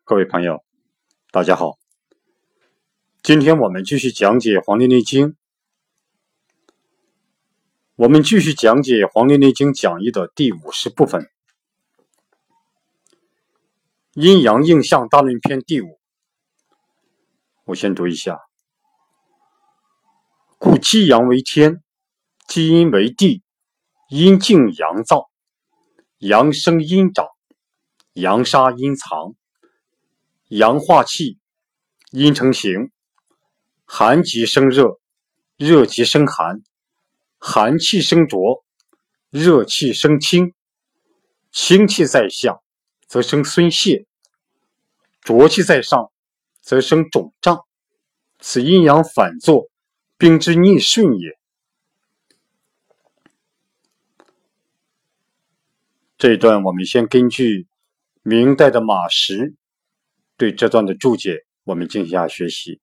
各位朋友，大家好。今天我们继续讲解《黄帝内经》，我们继续讲解《黄帝内经》讲义的第50部分，阴阳应象大论篇第5。我先读一下：故激阳为天，激阴为地，阴静阳燥，阳生阴长，阳杀阴藏，阳化气，阴成形，寒极生热，热极生寒，寒气生浊，热气生清，清气在下则生孙泄，浊气在上则生肿胀，此阴阳反作，兵之逆顺也。这一段我们先根据明代的马识对这段的注解，我们进行一下学习。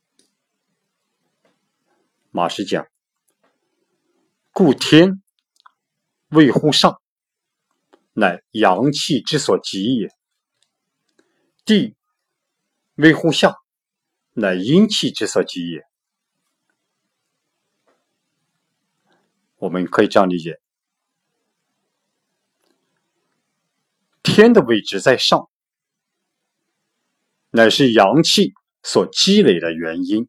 马识讲：故天位乎上，乃阳气之所及也；地位乎下，乃阴气之所及也。我们可以这样理解：天的位置在上，乃是阳气所积累的原因；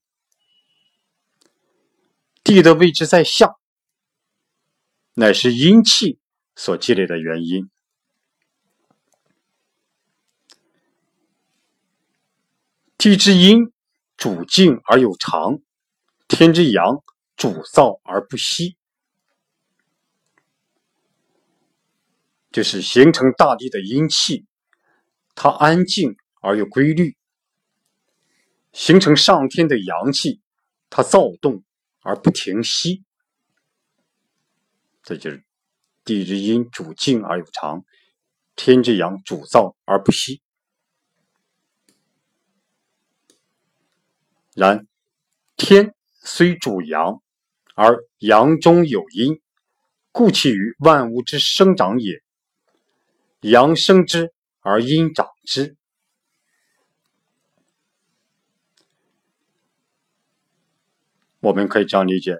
地的位置在下，乃是阴气所积累的原因。地之阴主静而有常，天之阳主燥而不息，就是形成大地的阴气，它安静而有规律；形成上天的阳气，它躁动而不停息。这就是地之阴主静而有常，天之阳主燥而不息。然天虽主阳，而阳中有阴，故其于万物之生长也。阳生之而阴长之。我们可以这样理解：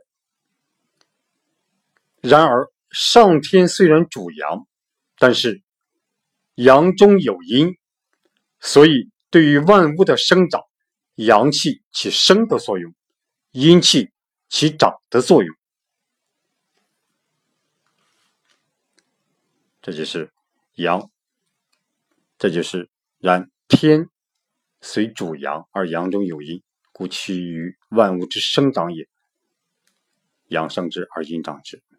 然而上天虽然主阳，但是阳中有阴，所以对于万物的生长，阳气起生的作用，阴气起长的作用。这就是阳，这就是然天虽主阳，而阳中有阴，故其于万物之生长也。阳生之而阴长之。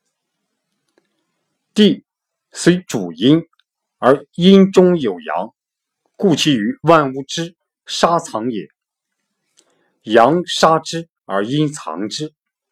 地虽主阴，而阴中有阳，故其于万物之杀藏也。阳杀之而阴藏之。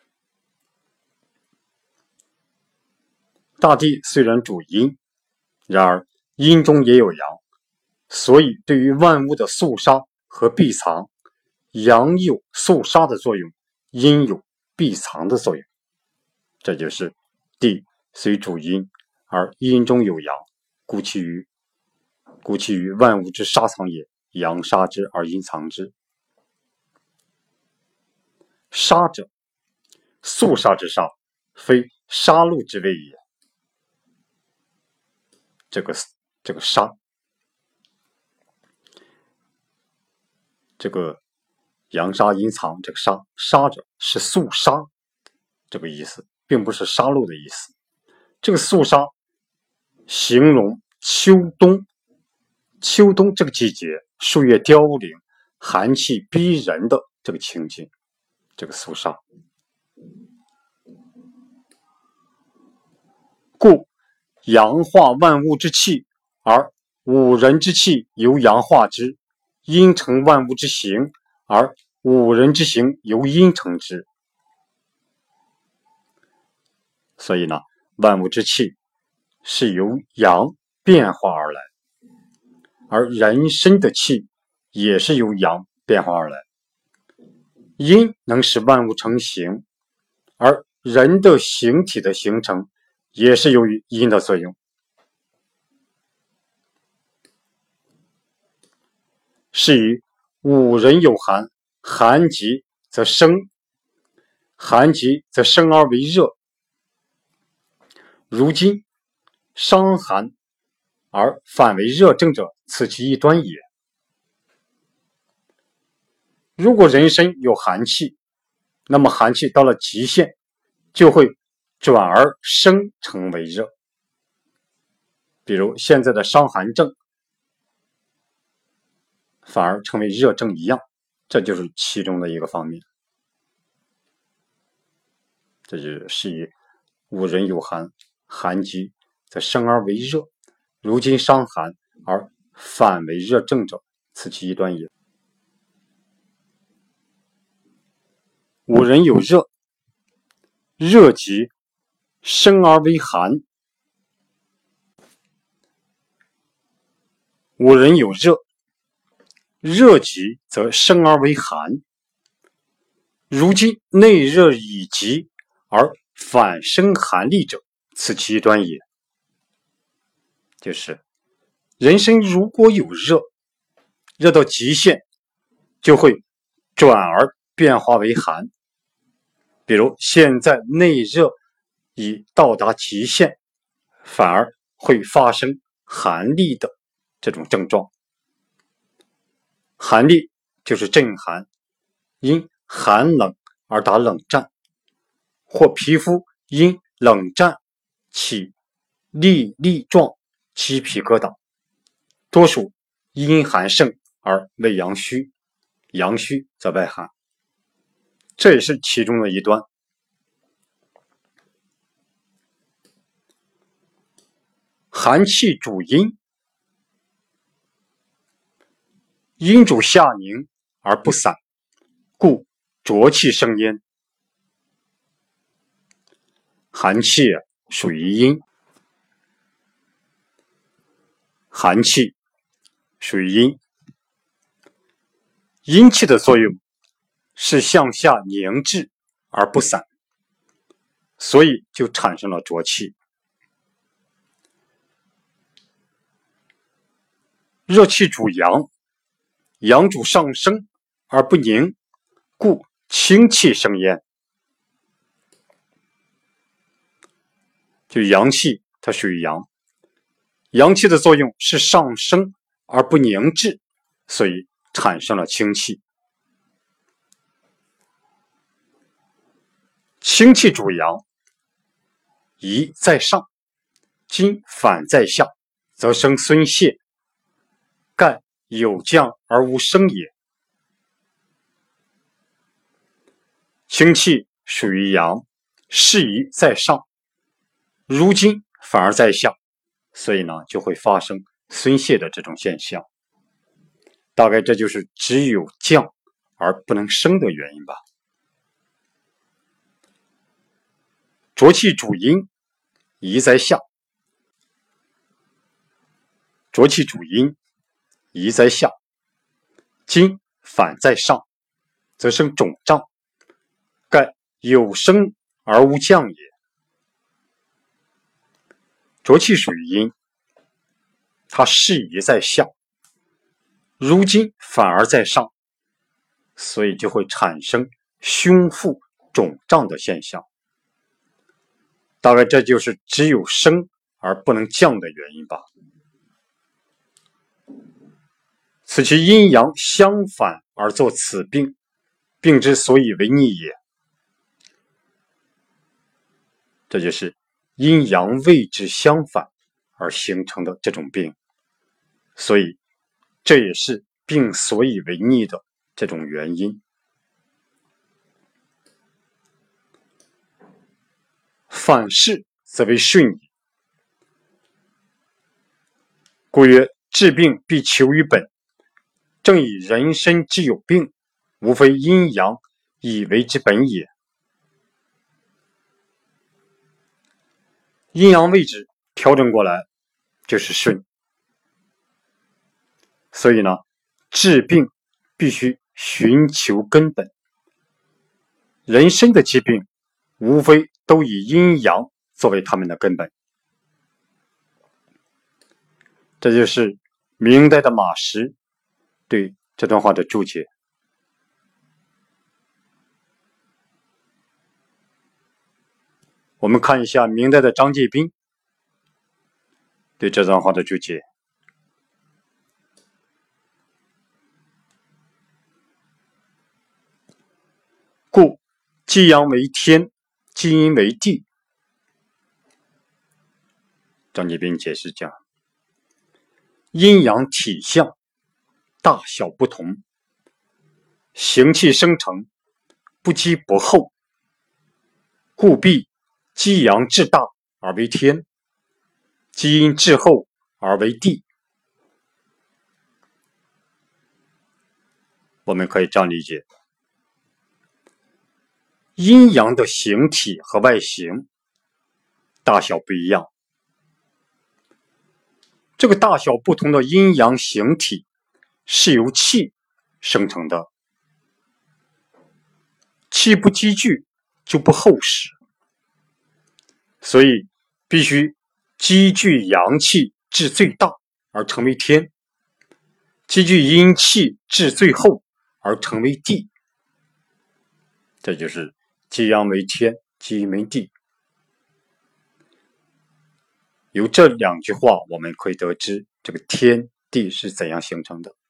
大地虽然主阴，然而阴中也有阳，所以对于万物的肃杀和闭藏，阳有肃杀的作用，阴有闭藏的作用。这就是地虽主阴，而阴中有阳，故其于万物之杀藏也。阳杀之而阴藏之。杀者，肃杀之杀，非杀戮之谓也。这个杀，这个阳杀阴藏，这个杀者是肃杀这个意思，并不是杀戮的意思。这个肃杀形容秋冬这个季节，树叶凋零，寒气逼人的这个情景，这个肃杀。故阳化万物之气，而五人之气由阳化之；阴成万物之形，而五人之形由阴成之。所以呢，万物之气是由阳变化而来，而人身的气也是由阳变化而来。阴能使万物成形，而人的形体的形成也是由于阴的作用。 是以五人有寒，寒极则生，寒极则生而为热。如今伤寒而反为热症者，此其一端也。如果人身有寒气，那么寒气到了极限，就会转而生成为热。比如现在的伤寒症，反而成为热症一样，这就是其中的一个方面。这就是以五人有寒，寒极则生而为热。如今伤寒而反为热症者，此其一端也。五人有热，热极生而为寒。五人有热，热极则生而为寒。如今内热已极而反生寒力者，此其一端也。就是人身如果有热，热到极限，就会转而变化为寒。比如现在内热已到达极限，反而会发生寒力的这种症状。寒力就是震寒，因寒冷而打冷战，或皮肤因冷战起粒状鸡皮疙瘩，多属阴寒盛而为阳虚，阳虚则外寒，这也是其中的一端。寒气主阴，阴主下凝而不散，故浊气生焉。寒气属于阴，寒气属于阴，阴气的作用是向下凝滞而不散，所以就产生了浊气。热气主阳，阳主上升而不凝，故清气生焉。就阳气它属于阳，阳气的作用是上升而不凝滞，所以产生了清气。清气主阳，宜在上，今反在下，则生孙泄，盖有降而无升也。清气属于阳，适宜在上，如今反而在下，所以呢就会发生孙泄的这种现象。大概这就是只有降而不能升的原因吧。浊气主阴，宜在下，浊气主阴，宜在下，今反在上，则生肿胀，盖有升而无降也。浊气属于阴，它适宜在下，如今反而在上，所以就会产生胸腹肿胀的现象。大概这就是只有升而不能降的原因吧。此其阴阳相反而作此病，病之所以为逆也。这就是阴阳位置相反而形成的这种病，所以这也是病所以为逆的这种原因。反是则为顺矣。故曰：治病必求于本。正以人身之有病，无非阴阳以为之本也。阴阳位置调整过来就是顺，所以呢，治病必须寻求根本。人身的疾病无非都以阴阳作为他们的根本。这就是明代的马识对这段话的注解。我们看一下明代的张介宾对这段话的注解。故既阳为天，既阴为地。张介宾解释讲，阴阳体相大小不同，形气生成不积不厚，故必激阳至大而为天，激阴至厚而为地。我们可以这样理解，阴阳的形体和外形大小不一样，这个大小不同的阴阳形体是由气生成的，气不积聚就不厚实，所以必须积聚阳气至最大而成为天，积聚阴气至最厚而成为地。这就是激阳为天，激阴为地。由这两句话我们可以得知这个天地是怎样形成的。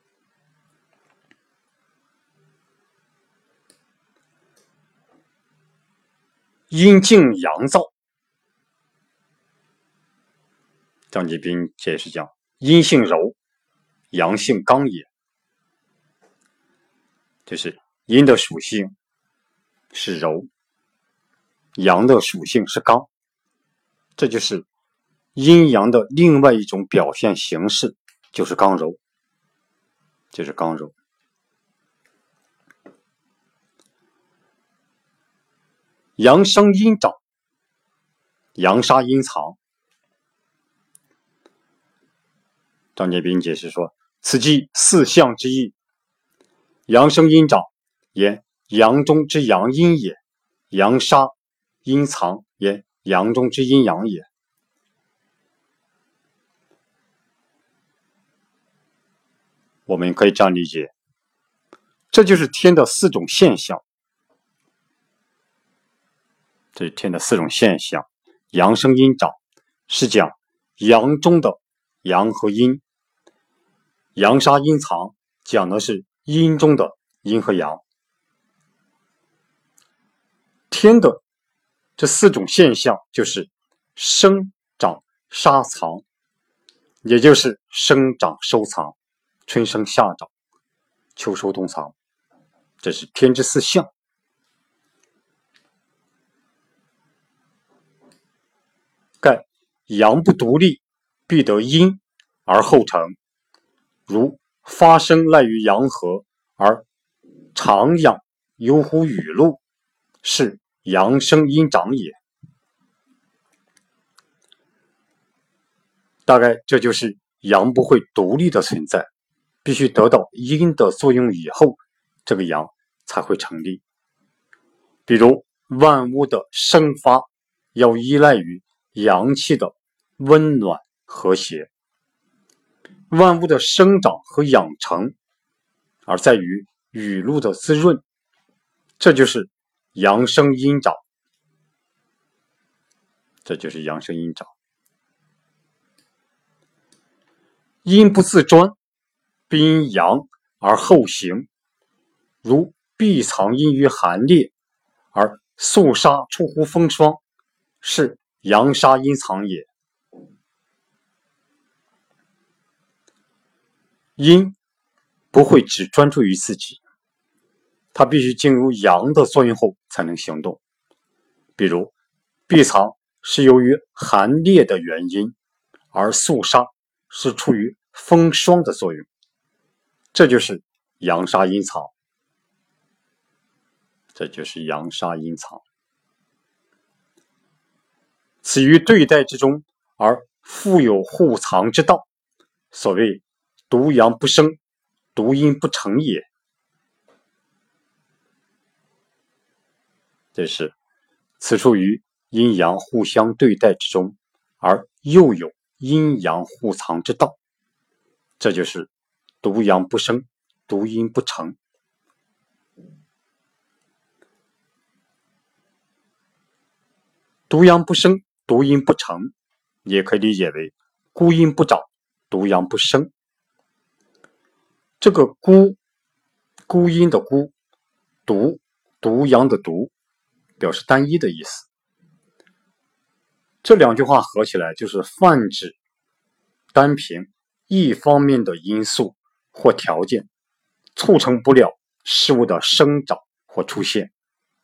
阴静阳躁，张介宾解释讲，阴性柔，阳性刚也，就是阴的属性是柔，阳的属性是刚，这就是阴阳的另外一种表现形式，就是刚柔，就是刚柔。阳生阴长，阳杀阴藏。张介宾解释说，此即四象之意。阳生阴长，言阳中之阳阴也；阳杀阴藏，言阳中之阴阳也。我们可以这样理解，这就是天的四种现象。这是天的四种现象。阳生阴长是讲阳中的阳和阴，阳杀阴藏讲的是阴中的阴和阳。天的这四种现象就是生长杀藏，也就是生长收藏，春生夏长，秋收冬藏，这是天之四象。盖阳不独立，必得阴而后成，如发生赖于阳和，而长养由乎雨露，是阳生阴长也。大概这就是阳不会独立的存在，必须得到阴的作用以后，这个阳才会成立。比如万物的生发要依赖于阳气的温暖和谐，万物的生长和养成而在于雨露的滋润，这就是阳生阴长，这就是阳生阴长。阴不自专，必因阳而后行，如必藏阴于寒烈，而肃杀出乎风霜，是阳杀阴藏也。阴不会只专注于自己，它必须进入阳的作用后才能行动。比如闭藏是由于寒烈的原因，而肃杀是出于风霜的作用，这就是阳杀阴藏，这就是阳杀阴藏。此于对待之中，而复有护藏之道，所谓独阳不生，独阴不成也。这是此处于阴阳互相对待之中，而又有阴阳互藏之道，这就是独阳不生， 读音不成。读阳不生，读音不成，也可以理解为孤阴不长，独阳不生。这个孤阴的孤，独阳的独，表示单一的意思。这两句话合起来就是泛指单凭一方面的因素或条件促成不了事物的生长或出现。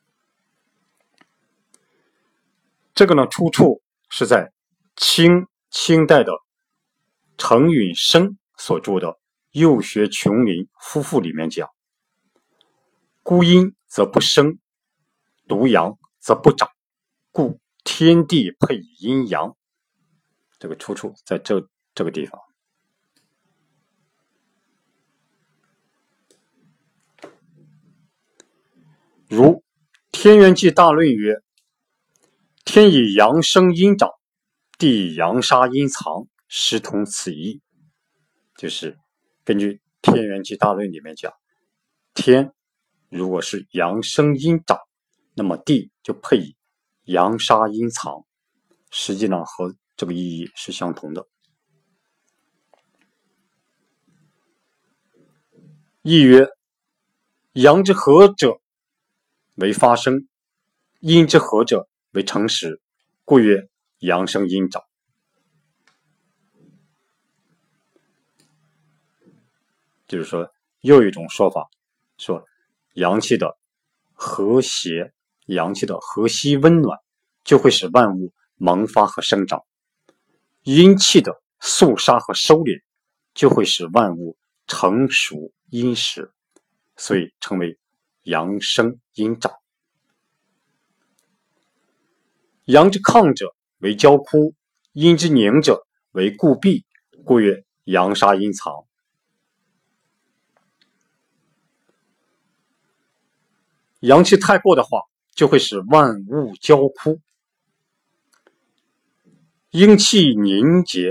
这个呢，出处是在清代的程允生所著的《幼学琼林夫妇》里面讲，孤阴则不生，独阳则不长，故天地配以阴阳。这个出处在这个地方。如《天元纪大论》曰：天以阳生阴长，地以阳杀阴藏，实同此意。就是根据《天元纪大论》里面讲，天如果是阳生阴长，那么地就配以阳杀阴藏，实际上和这个意义是相同的。亦曰：阳之和者为发生，阴之和者为成实，故曰阳生阴长。就是说，又一种说法，说阳气的和谐，阳气的和煦温暖，就会使万物萌发和生长；阴气的肃杀和收敛，就会使万物成熟殷实，所以称为阳生阴长。阳之亢者为焦枯，阴之凝者为固闭，故曰阳杀阴藏。阳气太过的话，就会使万物焦枯；阴气凝结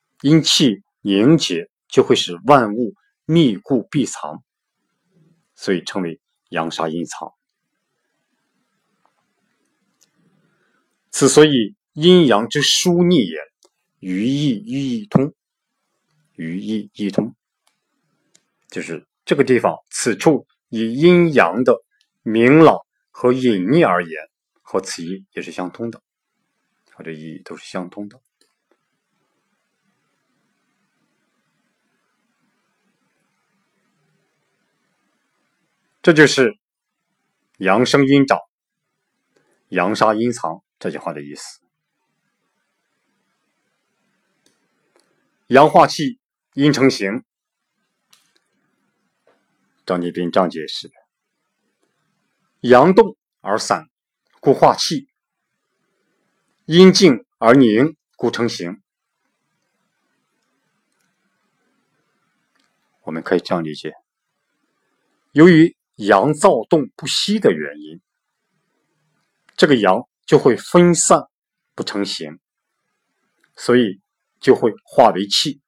就会使万物密固闭藏，所以称为阳杀阴藏。此所以阴阳之疏逆也，于意通。就是这个地方，此处以阴阳的明朗和隐匿而言，和此意也是相通的，和这意义都是相通的。这就是阳生阴长，阳杀阴藏这句话的意思。阳化气，阴成形。张继斌张解释：阳动而散，故化气；阴静而凝，故成形。我们可以这样理解：由于阳躁动不息的原因，这个阳就会分散不成形，所以就会化为气，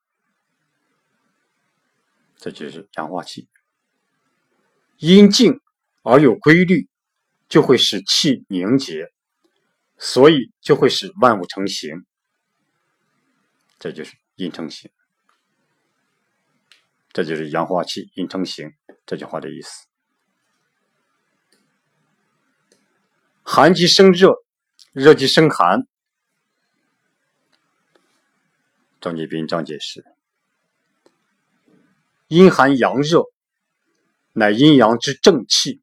这就是阳化气。阴静而有规律，就会使气凝结，所以就会使万物成形，这就是阴成形。这就是阳化气，阴成形这句话的意思。寒即生热，热即生寒。张继斌张解释：阴寒阳热，乃阴阳之正气。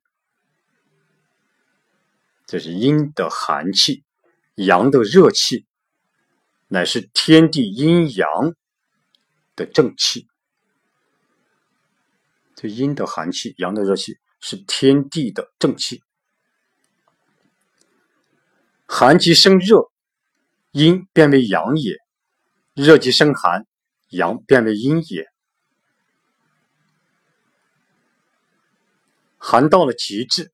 这是阴的寒气，阳的热气，乃是天地阴阳的正气。这阴的寒气，阳的热气是天地的正气。寒即生热，阴变为阳也；热即生寒，阳变为阴也。寒到了极致，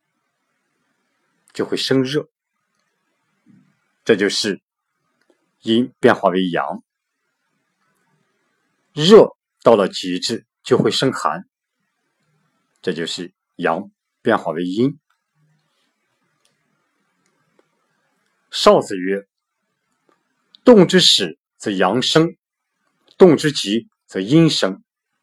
就会生热，这就是阴变化为阳；热到了极致，就会生寒， 这就是阳变化为阴。少子曰：动之始则阳生，动之极则阴生。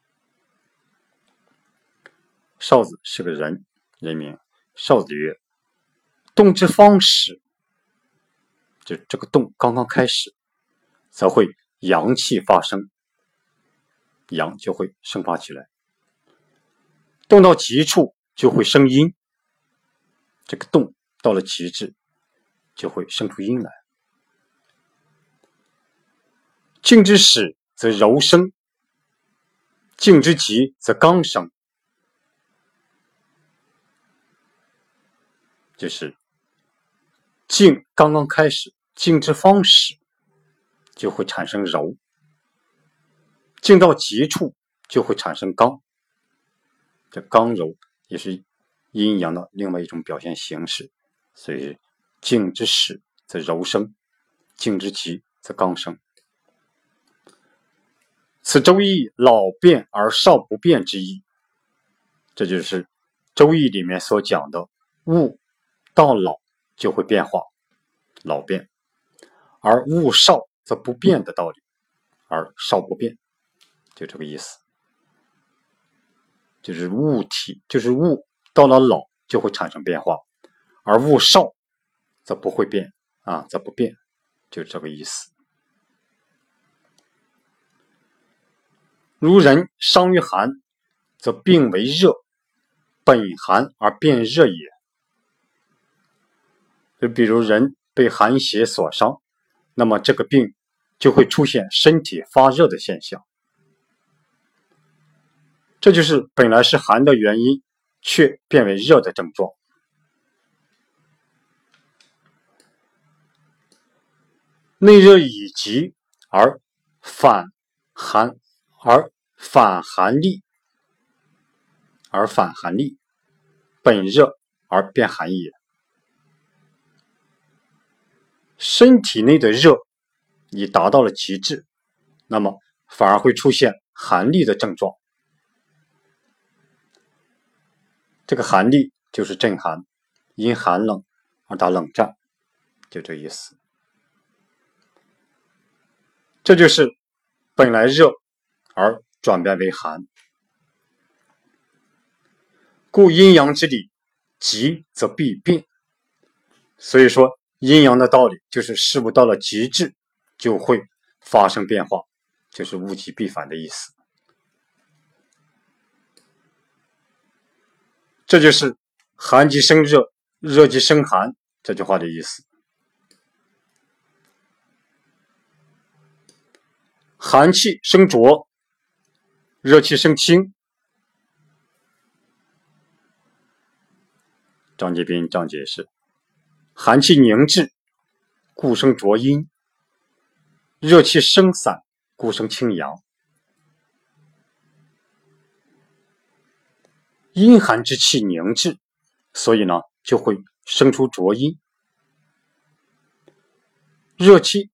少子是个人名。少子曰：动之方始，就这个动刚刚开始，则会阳气发生，阳就会生发起来。动到极处就会生阴，这个动到了极致就会生出阴来。静之始则柔生，静之极则刚生。就是静刚刚开始，静之方始就会产生柔，静到极处就会产生刚。这刚柔也是阴阳的另外一种表现形式，所以静之始则柔生，静之极则刚生。此周易老变而少不变之意，这就是周易里面所讲的物到老就会变化，老变，而物少则不变的道理，而少不变，就这个意思。就是物体，就是物到了老就会产生变化，而物少则不会变则不变，就这个意思。如人伤于寒，则病为热，本寒而变热也。就比如人被寒邪所伤，那么这个病就会出现身体发热的现象。这就是本来是寒的原因，却变为热的症状。内热以极而反寒力，本热而变寒也。身体内的热已达到了极致，那么反而会出现寒力的症状。这个寒力就是震寒，因寒冷而打冷战，就这意思。这就是本来热而转变为寒。故阴阳之理，极则必变。所以说阴阳的道理就是事物到了极致就会发生变化，就是物极必反的意思。这就是寒极生热，热极生寒这句话的意思。寒气生浊，热气生清。张节斌章解释：寒气凝滞，故生浊阴；热气生散，故生清阳。阴寒之气凝滞，所以呢就会生出浊阴。热气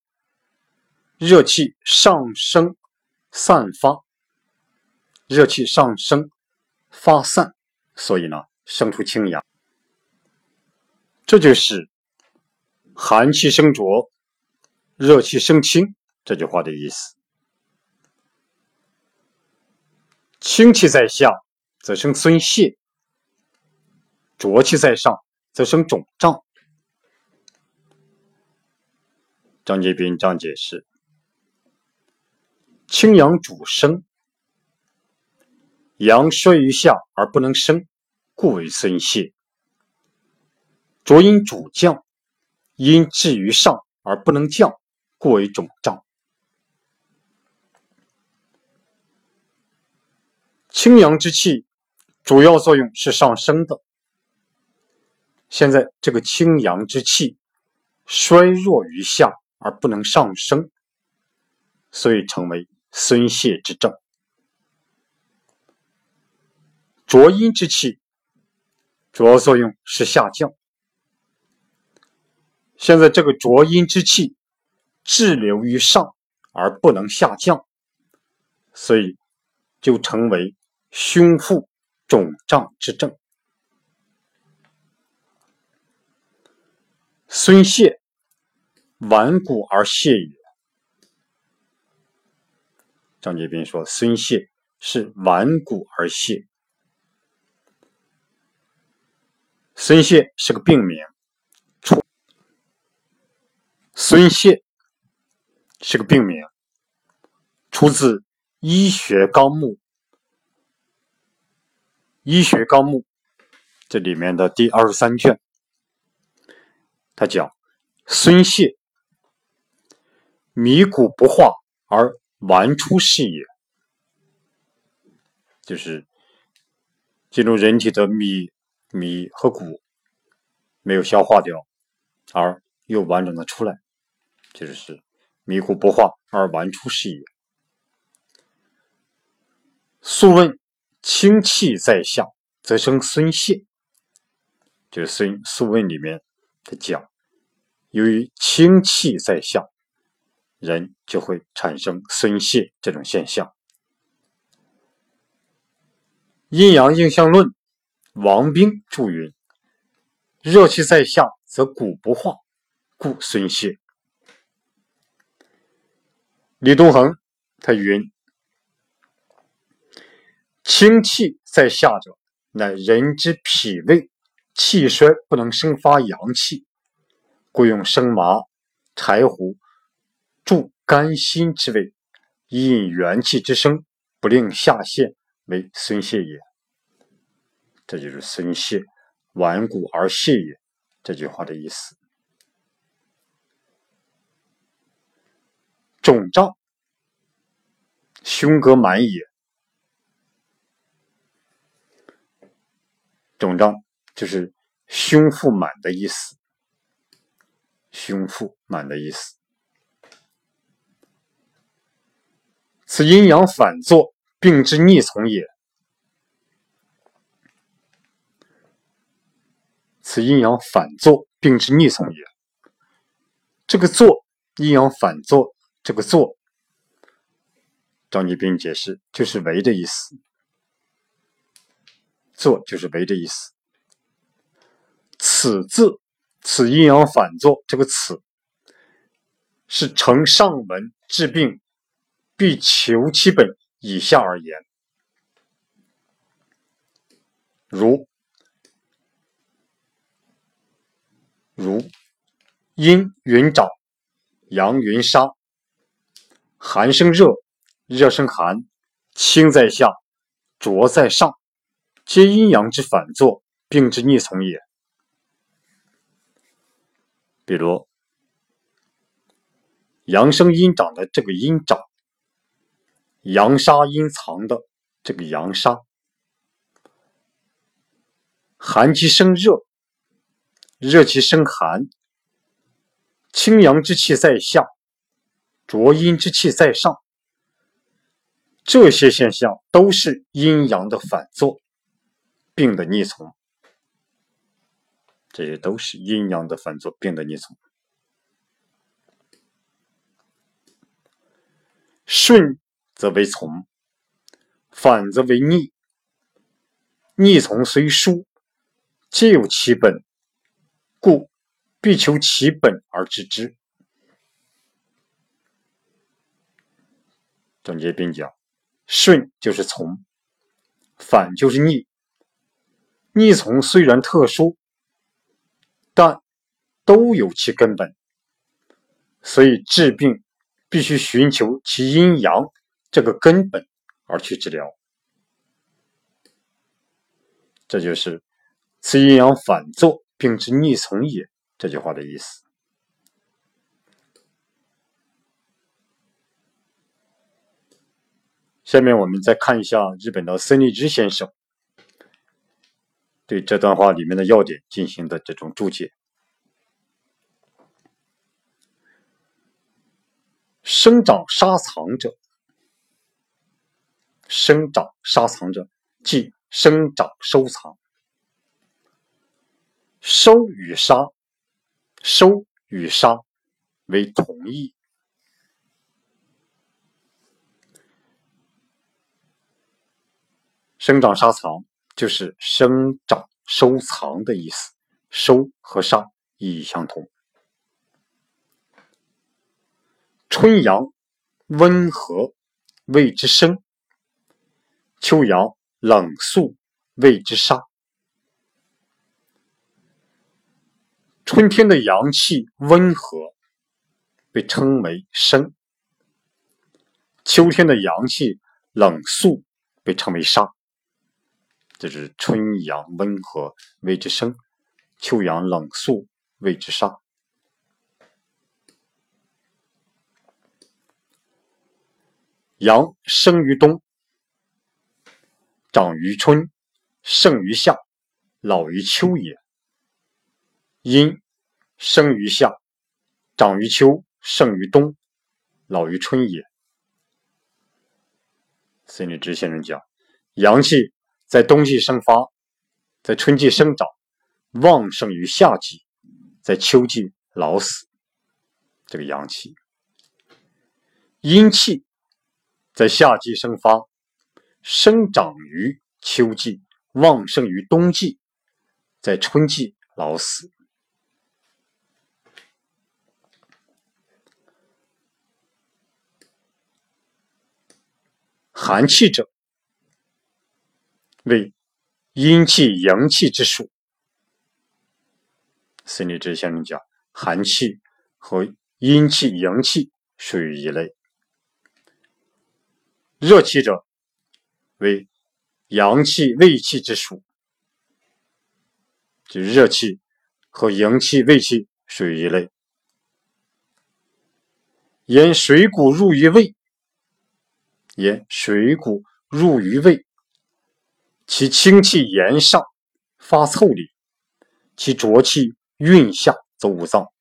上升散发，热气上升发散，所以呢生出清阳。这就是寒气生浊，热气生清这句话的意思。清气在下则生孙泄，浊气在上则生肿胀。张节斌章解释：清阳主升，阳衰于下而不能升，故为孙泄；浊阴主降，阴滞于上而不能降，故为肿胀。清阳之气主要作用是上升的，现在这个清阳之气衰弱于下而不能上升，所以成为孙泄之症。浊阴之气主要作用是下降，现在这个浊阴之气滞留于上而不能下降，所以就成为胸腹肿胀之症。孙泄，顽固而泄也。张节宾说孙泄是顽固而泄。孙泄是个病名，孙泄是个病名，出自《医学纲目》。医学纲目这里面的第23卷，他讲孙泄，迷骨不化而顽出是也，就是进入人体的米和骨没有消化掉，而又完整的出来，就是迷骨不化而顽出是也。素问清气在下，则生孙泄，就是素问里面他讲，由于清气在下，人就会产生孙泄这种现象。阴阳应象论王冰注云：热气在下，则骨不化，故孙泄。李东衡他云：清气在下者，乃人之脾胃气衰，不能生发阳气，故用生麻、柴胡助肝心之味，以引元气之生，不令下陷，为孙泄也。这就是孙泄，顽固而泄也这句话的意思。肿胀，胸膈满也。肿胀就是胸腹满的意思，胸腹满的意思。此阴阳反作，病之逆从也。此阴阳反作，病之逆从也。这个作，阴阳反作，这个作，张节宾解释就是为的意思。作就是为的意思。此字，此阴阳反作，这个此是承上文治病必求其本以下而言，如阴云长，阳云杀，寒生热，热生寒，清在下，浊在上，皆阴阳之反作，病之逆从也。比如阳生阴长的这个阴长，阳杀阴藏的这个阳杀，寒气生热，热气生寒，清阳之气在下，浊阴之气在上，这些现象都是阴阳的反作，病的逆从。这些都是阴阳的反作，病的逆从。顺则为从，反则为逆。逆从虽殊，皆有其本，故必求其本而知之。张节宾讲，顺就是从，反就是逆。逆从虽然特殊，但都有其根本，所以治病必须寻求其阴阳这个根本而去治疗。这就是此阴阳反作，病之逆从也这句话的意思。下面我们再看一下日本的森利之先生对这段话里面的要点进行的这种注解。生长杀藏者，生长杀藏者即生长收藏。收与杀为同义。生长杀藏就是生长、收藏的意思，收和杀意义相同。春阳温和，谓之生；秋阳冷肃，谓之杀。春天的阳气温和，被称为生；秋天的阳气冷肃，被称为杀。这是春阳温和，谓之生；秋阳冷肃，谓之杀。阳生于冬，长于春，盛于夏，老于秋也。阴生于夏，长于秋，盛于冬，老于春也。孙立之先生讲，阳气在冬季生发，在春季生长，旺盛于夏季，在秋季老死。这个阳气。阴气在夏季生发，生长于秋季，旺盛于冬季，在春季老死。寒气者，为阴气阳气之属。孙立之先生讲，寒气和阴气阳气属于一类。热气者，为阳气胃气之属。就热气和阳气胃气属于一类。言水谷入于胃，言水谷入于胃，其清气炎上，发腠理；其浊气运下，走五脏。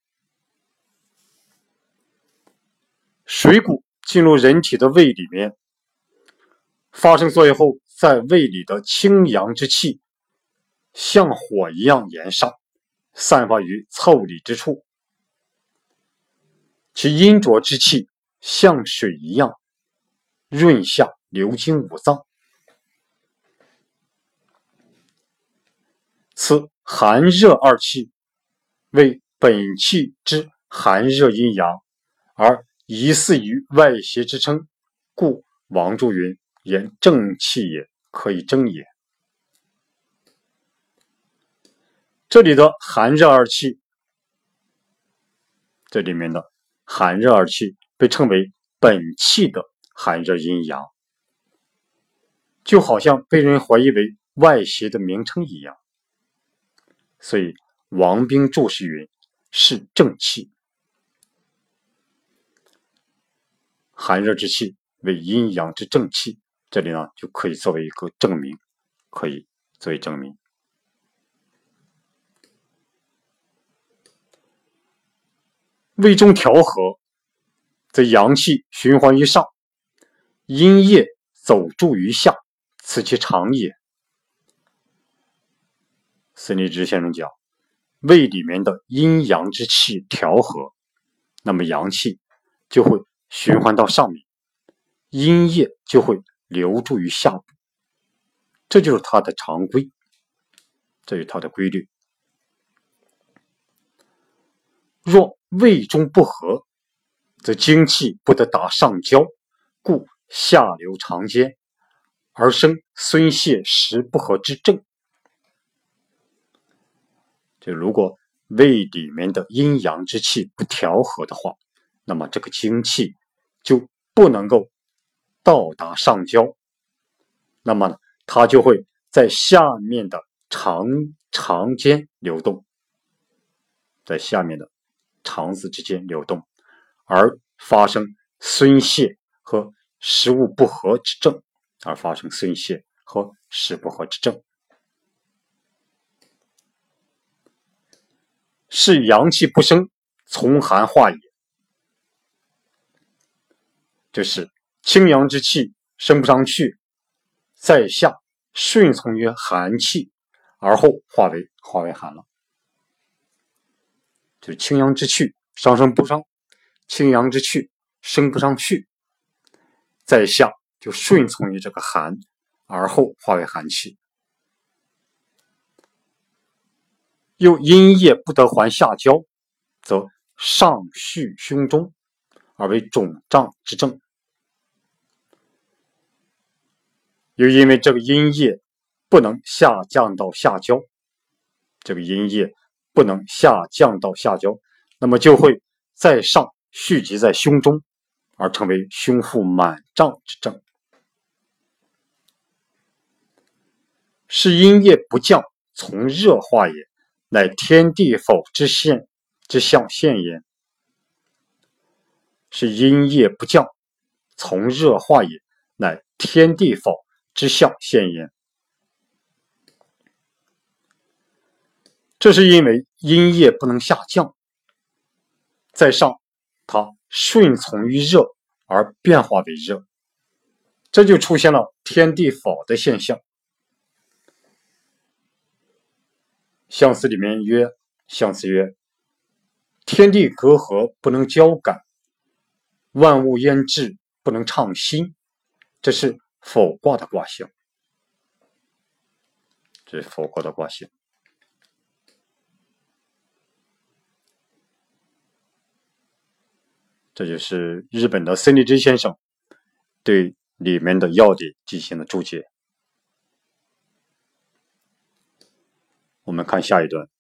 水谷进入人体的胃里面，发生作用后，在胃里的清阳之气像火一样炎上，散发于腠理之处；其阴浊之气像水一样润下，流经五脏。此寒热二气为本气之寒热阴阳，而疑似于外邪之称，故王注云：言正气也，可以正也。这里的寒热二气，这里面的寒热二气被称为本气的寒热阴阳，就好像被人怀疑为外邪的名称一样。所以王冰注释云：是正气。寒热之气为阴阳之正气，这里呢就可以作为一个证明，可以作为证明。胃中调和，则阳气循环于上，阴液走注于下，此其常也。孙立之先生讲，胃里面的阴阳之气调和，那么阳气就会循环到上面，阴液就会流注于下部，这就是它的常规，这是它的规律。若胃中不和，则精气不得达上焦，故下流长间，而生孙泄食不和之症。就如果胃里面的阴阳之气不调和的话，那么这个精气就不能够到达上焦，那么它就会在下面的肠间流动，在下面的肠子之间流动，而发生孙泄和食物不和之症，是阳气不生，从寒化也。就是清阳之气升不上去，在下顺从于寒气，而后化为寒了。就是清阳之气上升不上，清阳之气升不上去，在下就顺从于这个寒，而后化为寒气。 又阴液不得还下焦，则上蓄胸中，而为肿胀之症。又因为这个阴液不能下降到下焦，那么就会在上蓄积在胸中，而成为胸腹满胀之症。是阴液不降，从热化也，乃天地否之象现焉。是阴液不降，从热化也，乃天地否之象现焉。这是因为阴液不能下降，在上它顺从于热而变化为热，这就出现了天地否的现象。象辞里面曰：天地隔阂不能交感，万物焉至不能畅心。这是否卦的卦象。这就是日本的森利之先生对里面的要点进行了注解。我们看下一段。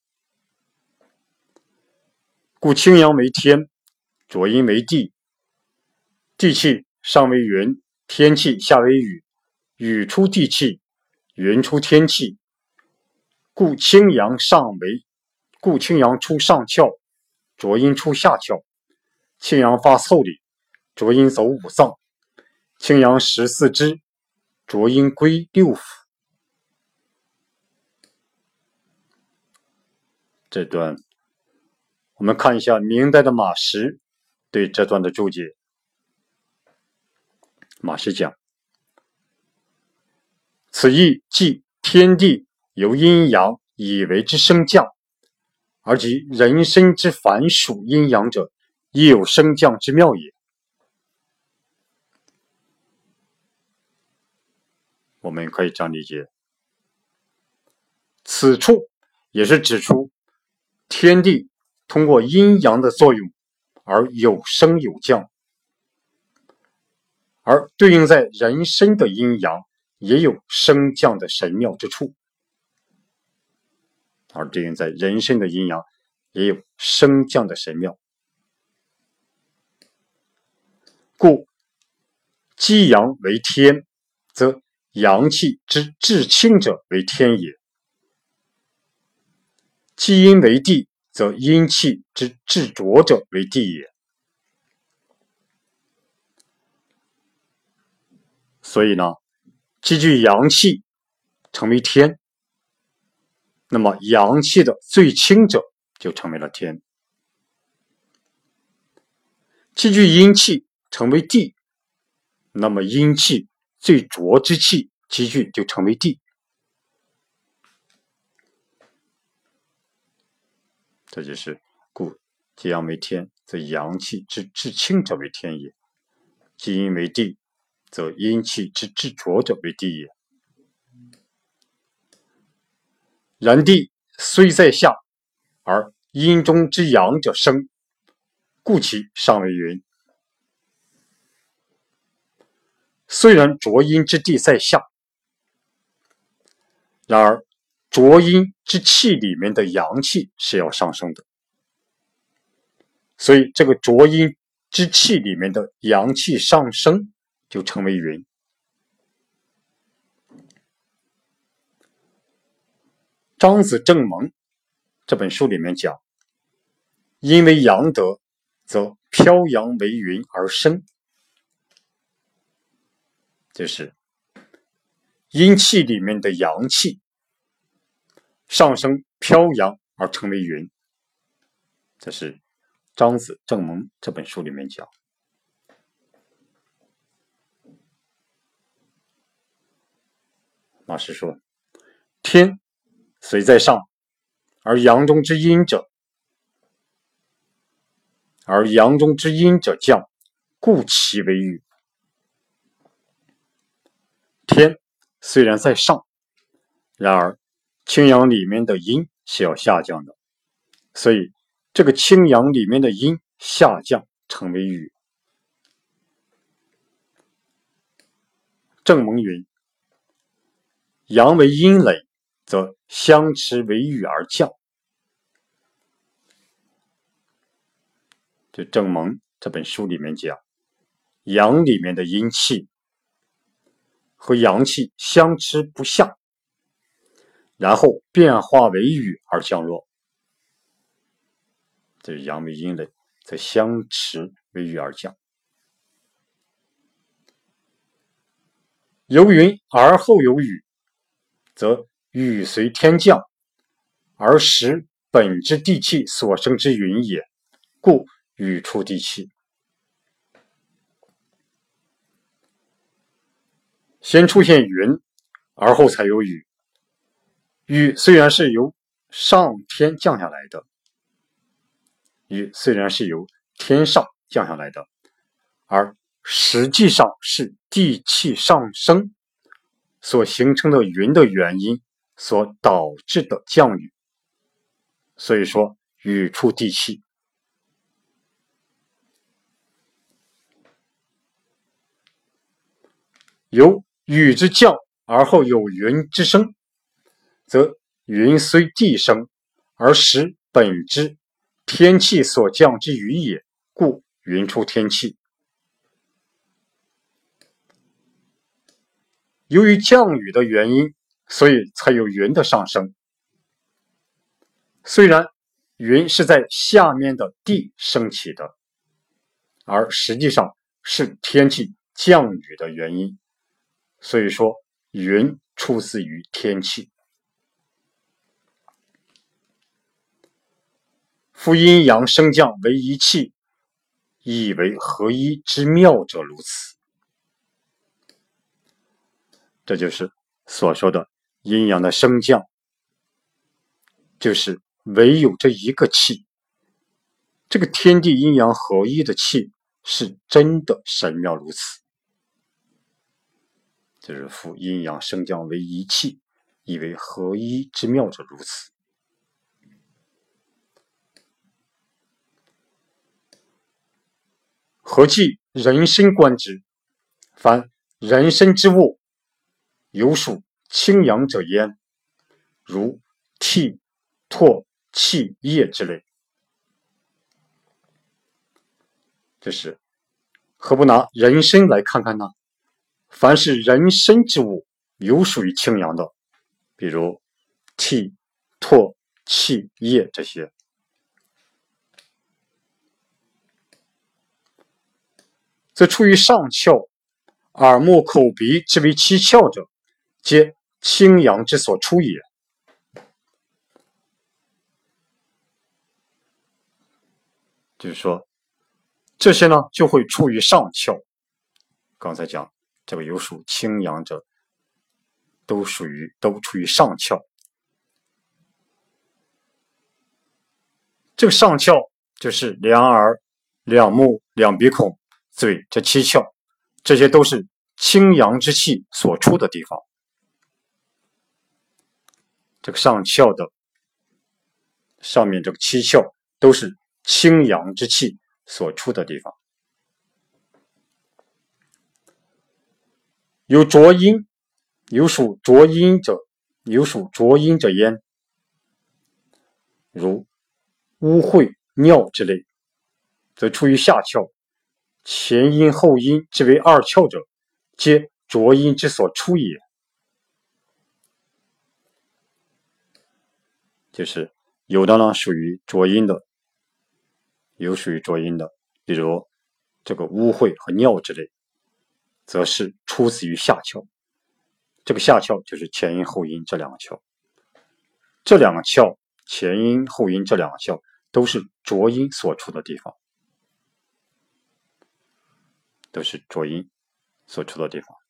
故清阳为天，浊阴为地，地气上为云，天气下为雨，雨出地气，云出天气。故清阳出上窍，浊阴出下窍。清阳发腠理，浊阴走五脏。清阳食四肢，浊阴归六腑。这段我们看一下明代的马识对这段的注解。马识讲：此意即天地由阴阳以为之升降，而及人身之凡属阴阳者，亦有升降之妙也。我们可以这样理解，此处也是指出天地通过阴阳的作用而有升有降，而对应在人身的阴阳也有升降的神妙之处，故激阳为天，则阳气之至清者为天也；激阴为地，则阴气之至浊者为地也。所以呢，积聚阳气成为天，那么阳气的最清者就成为了天；积聚阴气成为地，那么阴气最浊之气积聚就成为地。这就是故激阳为天，则阳气之至清者为天也；激阴为地，则阴气之至浊者为地也。然地虽在下，而阴中之阳者生，故其上为云。虽然浊阴之地在下，然而浊阴之气里面的阳气是要上升的，所以这个浊阴之气里面的阳气上升就成为云。张子正蒙这本书里面讲，因为阳德，则飘扬为云而生，就是阴气里面的阳气上升飘扬而成为云，这是张子正蒙这本书里面讲。马师说，天虽在上，而阳中之阴者降，故其为雨。天虽然在上，然而清阳里面的阴是要下降的，所以这个清阳里面的阴下降成为雨。正蒙云：阳为阴累，则相持为雨而降。就正蒙这本书里面讲，阳里面的阴气和阳气相持不下，然后变化为雨而降落。这是阳为阴累，则相持为雨而降。有云而后有雨，则雨随天降，而时本之地气所生之云也，故雨出地气。先出现云，而后才有雨。雨虽然是由上天降下来的，雨虽然是由天上降下来的，而实际上是地气上升所形成的云的原因所导致的降雨，所以说雨出地气。由雨之降而后有云之生，则云虽地生，而实本之天气所降之雨也，故云出天气。由于降雨的原因，所以才有云的上升。虽然云是在下面的地升起的，而实际上是天气降雨的原因，所以说云出自于天气。夫阴阳升降为一气，以为合一之妙者如此。这就是所说的阴阳的升降，就是唯有这一个气，这个天地阴阳合一的气是真的神妙如此。就是夫阴阳升降为一气，以为合一之妙者如此。何计人身观之？凡人身之物，有属清阳者焉，如涕、唾、气、液之类。就是何不拿人身来看看呢？凡是人身之物，有属于清阳的，比如涕、唾、气、液这些。则出于上窍，耳目口鼻之为七窍者，皆清阳之所出也。就是说，这些呢就会出于上窍。刚才讲这个有属清阳者，都出于上窍。这个上窍就是两耳、两目、两鼻孔、嘴这七窍，这些都是清阳之气所出的地方。这个上窍的上面这个七窍都是清阳之气所出的地方。有浊阴，有属浊阴者焉，如污秽、尿之类，则出于下窍。前阴后阴之为二窍者，皆浊阴之所出也。就是有的呢属于浊阴的，有属于浊阴的，比如这个污秽和尿之类，则是出自于下窍。这个下窍就是前阴后阴这两个窍，这两个窍前阴后阴这两个窍都是浊阴所出的地方，都是浊阴所出的地方。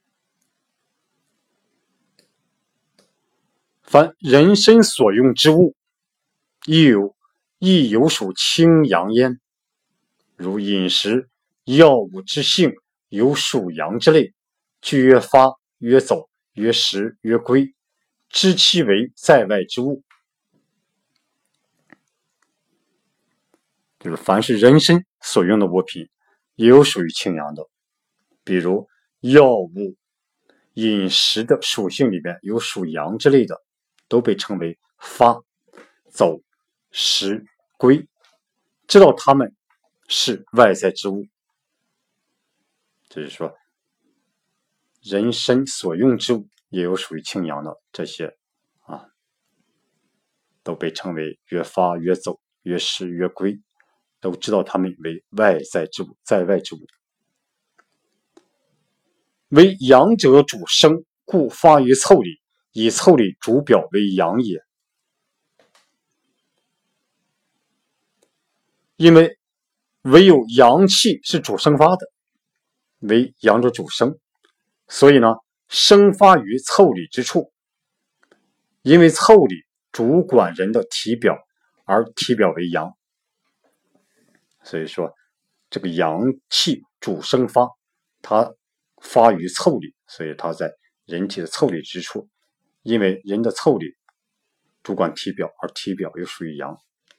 凡人身所用之物，亦有属清阳焉，如饮食、药物之性有属阳之类，具曰发、曰走、曰食、曰归，知其为在外之物。 就是凡是人身所用的物品，也有属于清阳的，比如药物、饮食的属性里边有属阳之类的，都被称为发、走、食、归，知道它们是外在之物。就是说，人身所用之物也有属于清阳的，这些都被称为越发、越走、越食、越归，都知道它们为外在之物，在外之物。为阳者主生，故发于腠理，以腠理主表为阳也。因为唯有阳气是主生发的，为阳者主生，所以呢，生发于腠理之处。因为腠理主管人的体表，而体表为阳，所以说这个阳气主生发，它发于腠理，所以它在人体的腠理之处。因为人的腠理主管体表，而体表又属于阳。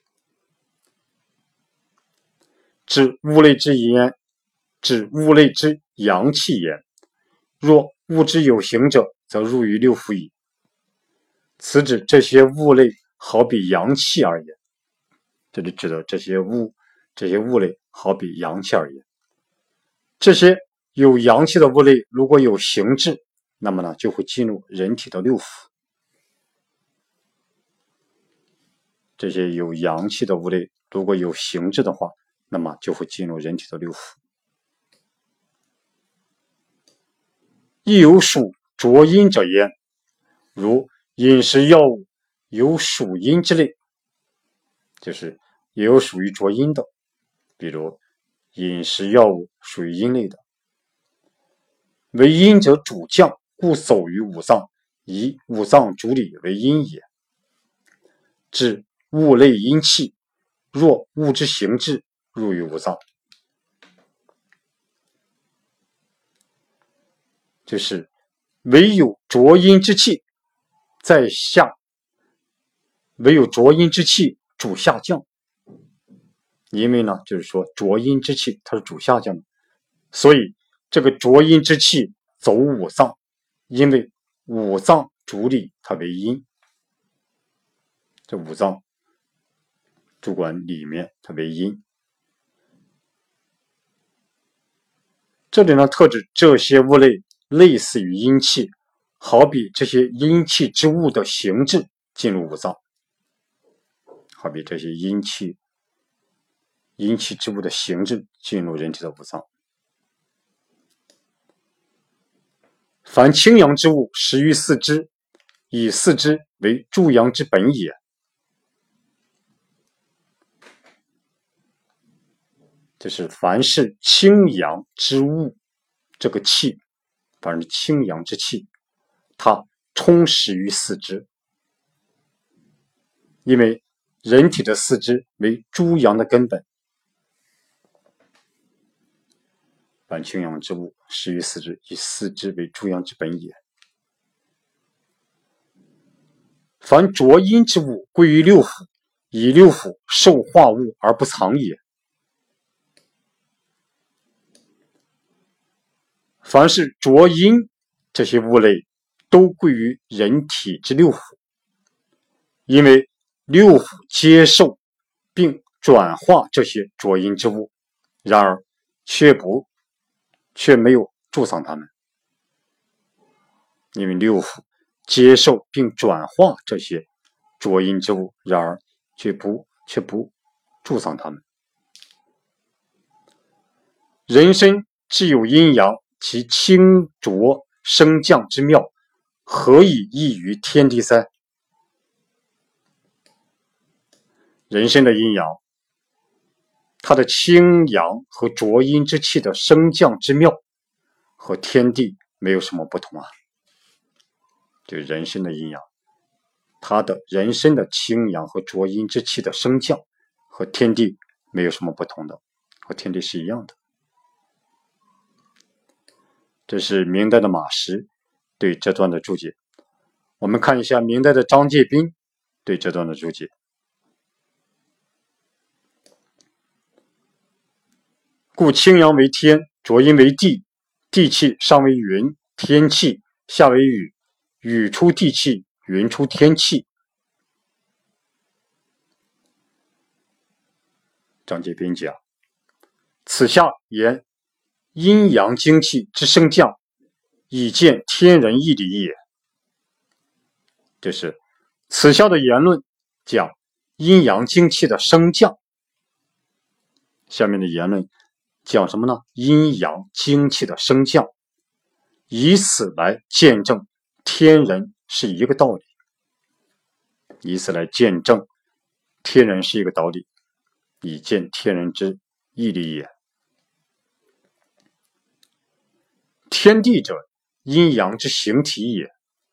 指物类之言，指物类之阳气也。若物之有形者，则入于六腑矣。此指这些物类好比阳气而言。这里指的这些物类好比阳气而言。这些有阳气的物类如果有形质，那么呢就会进入人体的六腑。这些有阳气的物类如果有形质的话，那么就会进入人体的六腑。亦有属浊阴者焉，如饮食药物有属阴之类，就是也有属于浊阴的，比如饮食药物属于阴类的。为阴者主降，故走于五脏，以五脏主理为阴也。指物类阴气，若物之形质入于五脏，就是唯有浊阴之气在下，唯有浊阴之气主下降。因为呢，就是说浊阴之气它是主下降的，所以这个浊阴之气走五脏，因为五脏主理它为阴，这五脏主管里面它为阴。这里呢，特指这些物类类似于阴气，好比这些阴气之物的形质进入五脏，好比这些阴气之物的形质进入人体的五脏。凡清阳之物，始于四肢，以四肢为诸阳之本也。就是凡是清阳之物，这个气，凡是清阳之气，它充实于四肢。因为人体的四肢为诸阳的根本，凡清阳之物，始于四肢，以四肢为诸阳之本也。凡浊阴之物，归于六腑，以六腑受化物而不藏也。凡是浊阴这些物类，都归于人体之六腑，因为六腑接受并转化这些浊阴之物，然而却没有贮藏它们。因为六腑接受并转化这些浊阴之物，然而却不贮藏它们。人身既有阴阳，其清浊升降之妙，何以异于天地哉？人身的阴阳，它的清阳和浊阴之气的升降之妙，和天地没有什么不同啊。就是人身的阴阳，它的人身的清阳和浊阴之气的升降，和天地没有什么不同的，和天地是一样的。这是明代的马识对这段的注解。我们看一下明代的张介宾对这段的注解。 故清阳为天，浊阴为地，地气上为云，天气下为雨，雨出地气，云出天气。章节编讲。此下言阴阳精气之升降，以见天人义理也。这是此下的言论讲阴阳精气的升降。下面的言论讲什么呢？阴阳精气的升降，以此来见证天人是一个道理，以此来见证天人是一个道理，以见天人之义理也。天地者，阴阳之形体也。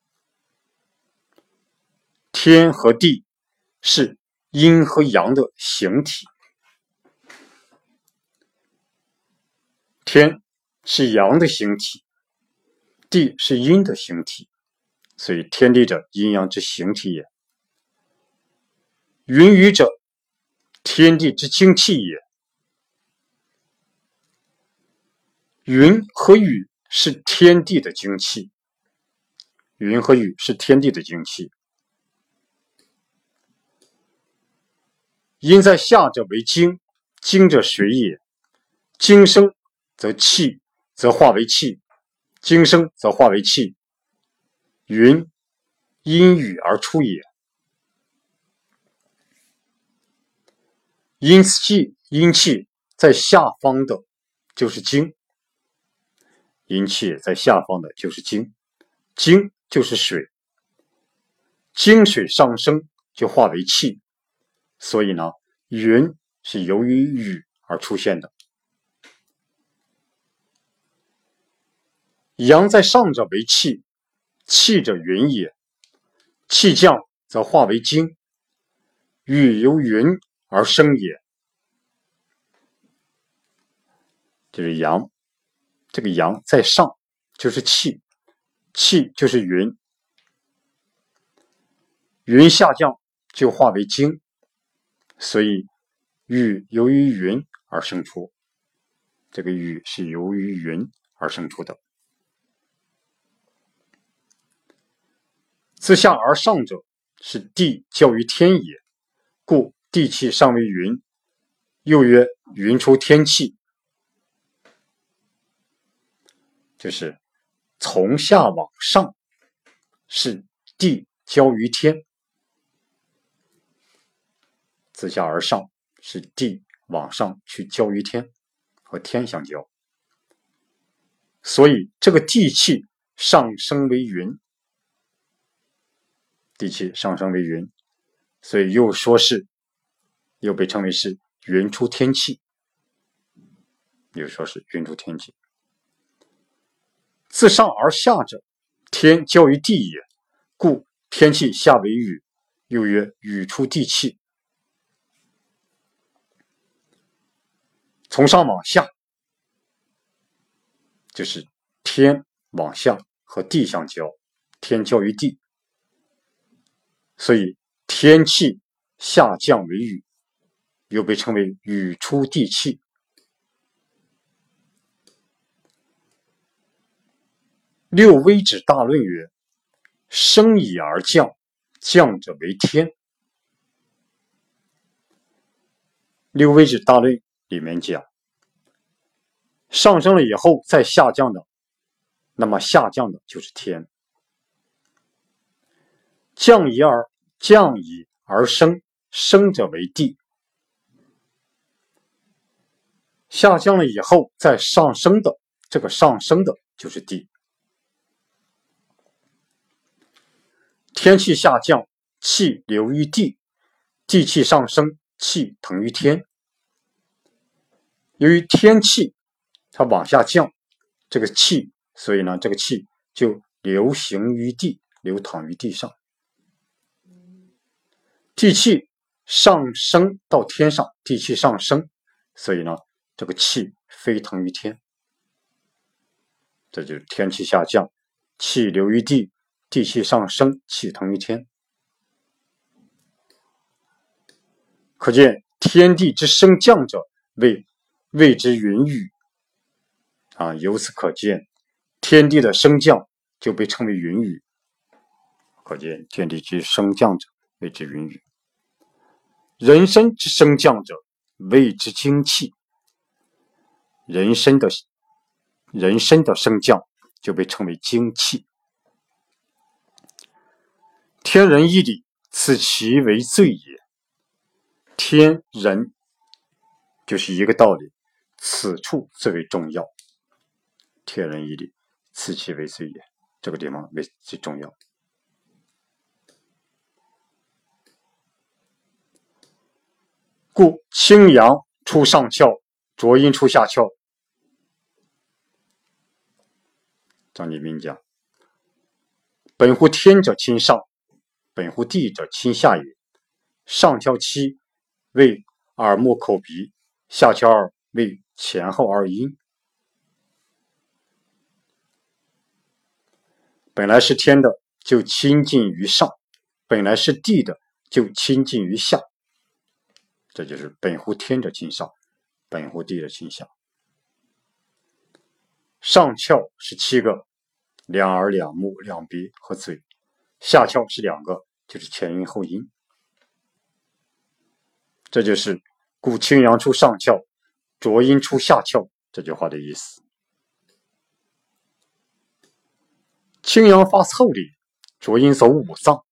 天和地是阴和阳的形体，天是阳的形体，地是阴的形体，所以天地者，阴阳之形体也。云雨者，天地之精气也。云和雨是天地的精气，云和雨是天地的精气。阴在下者为精，精者水也。精生则气，则化为气；精生则化为气。云因雨而出也。阴气在下方的就是精，阴气在下方的就是精，精就是水，精水上升就化为气，所以呢，云是由于雨而出现的。阳在上者为气，气者云也，气降则化为精，雨由云而生也。就是阳，这个阳在上就是气，气就是云，云下降就化为精，所以雨由于云而生出，这个雨是由于云而生出的。自下而上者，是地较于天也，故地气上为云，又曰云出天气。就是从下往上是地交于天，自下而上是地往上去交于天，和天相交，所以这个地气上升为云，地气上升为云，所以又被称为是云出天气，又说是云出天气。自上而下者，天交于地也，故天气下为雨，又曰雨出地气。从上往下就是天往下和地相交，天交于地，所以天气下降为雨，又被称为雨出地气。六微止大论曰：升以而降，降者为天。六微止大论里面讲，上升了以后再下降的，那么下降的就是天。降以而升，升者为地。下降了以后再上升的，这个上升的就是地。天气下降，气流于地，地气上升，气腾于天。由于天气它往下降，这个气，所以呢，这个气就流行于地，流淌于地上。地气上升到天上，地气上升，所以呢，这个气飞腾于天。这就是天气下降，气流于地，地气上升，气腾于天。可见天地之升降者，为谓之云雨由此可见，天地的升降就被称为云雨。可见天地之升降者谓之云雨，人身之升降者谓之精气。人身的升降就被称为精气。天人一理，此其为最也。天人就是一个道理，此处最为重要。天人一理，此其为最也，这个地方为最重要。故清阳出上窍，浊阴出下窍。张继宾讲，本乎天者亲上，本乎地者亲下也。上窍期为耳目口鼻，下窍二为前后二阴。本来是天的就亲近于上，本来是地的就亲近于下，这就是本乎天者亲上，本乎地者亲下。上窍是7个，两耳、两目、两鼻和嘴；下窍是2个，就是前阴后阴。这就是故清阳出上窍，浊阴出下窍这句话的意思。清阳发腠理，浊阴走五脏。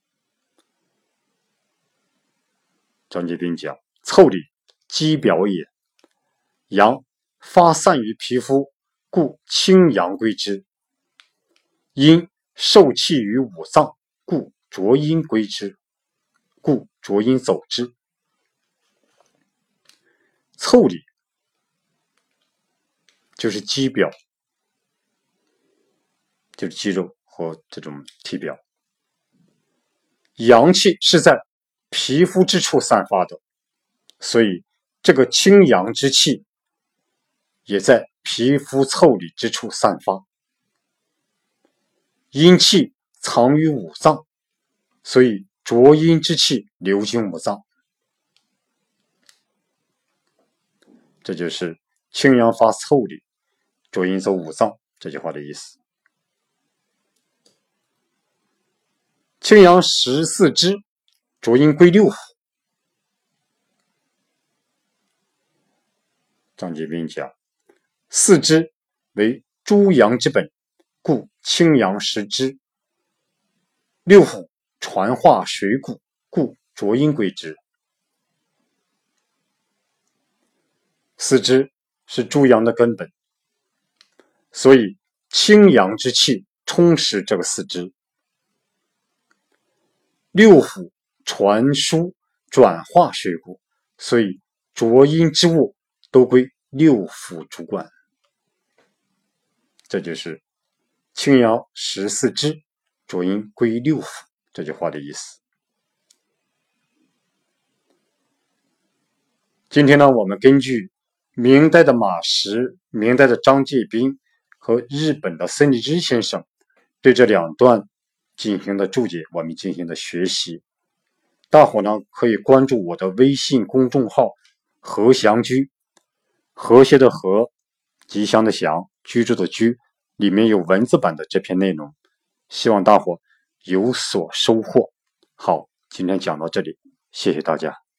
张继宾讲，腠理肌表也，阳发散于皮肤，故清阳归之；阴受气于五脏，故浊阴归之，故浊阴走之。腠理就是肌表，就是肌肉和这种体表。阳气是在皮肤之处散发的，所以这个清阳之气也在皮肤腠理之处散发。阴气藏于五脏，所以浊阴之气流经五脏。这就是清阳发腠理，浊阴走五脏这句话的意思。清阳14支，浊阴归6腑。张继宾讲，4支为诸阳之本，故清阳10支。6腑传化水谷，故浊阴归之。4支是诸阳的根本，所以清阳之气充实这个4支。6腑传输转化水谷，所以浊阴之物都归6腑主管。这就是清阳14支，浊阴归6腑这句话的意思。今天呢，我们根据明代的马识、明代的张介宾和日本的森立之先生对这2段进行的注解，我们进行的学习。大伙呢可以关注我的微信公众号和祥居，和谐的和，吉祥的祥，居住的居，里面有文字版的这篇内容，希望大伙有所收获。好，今天讲到这里，谢谢大家。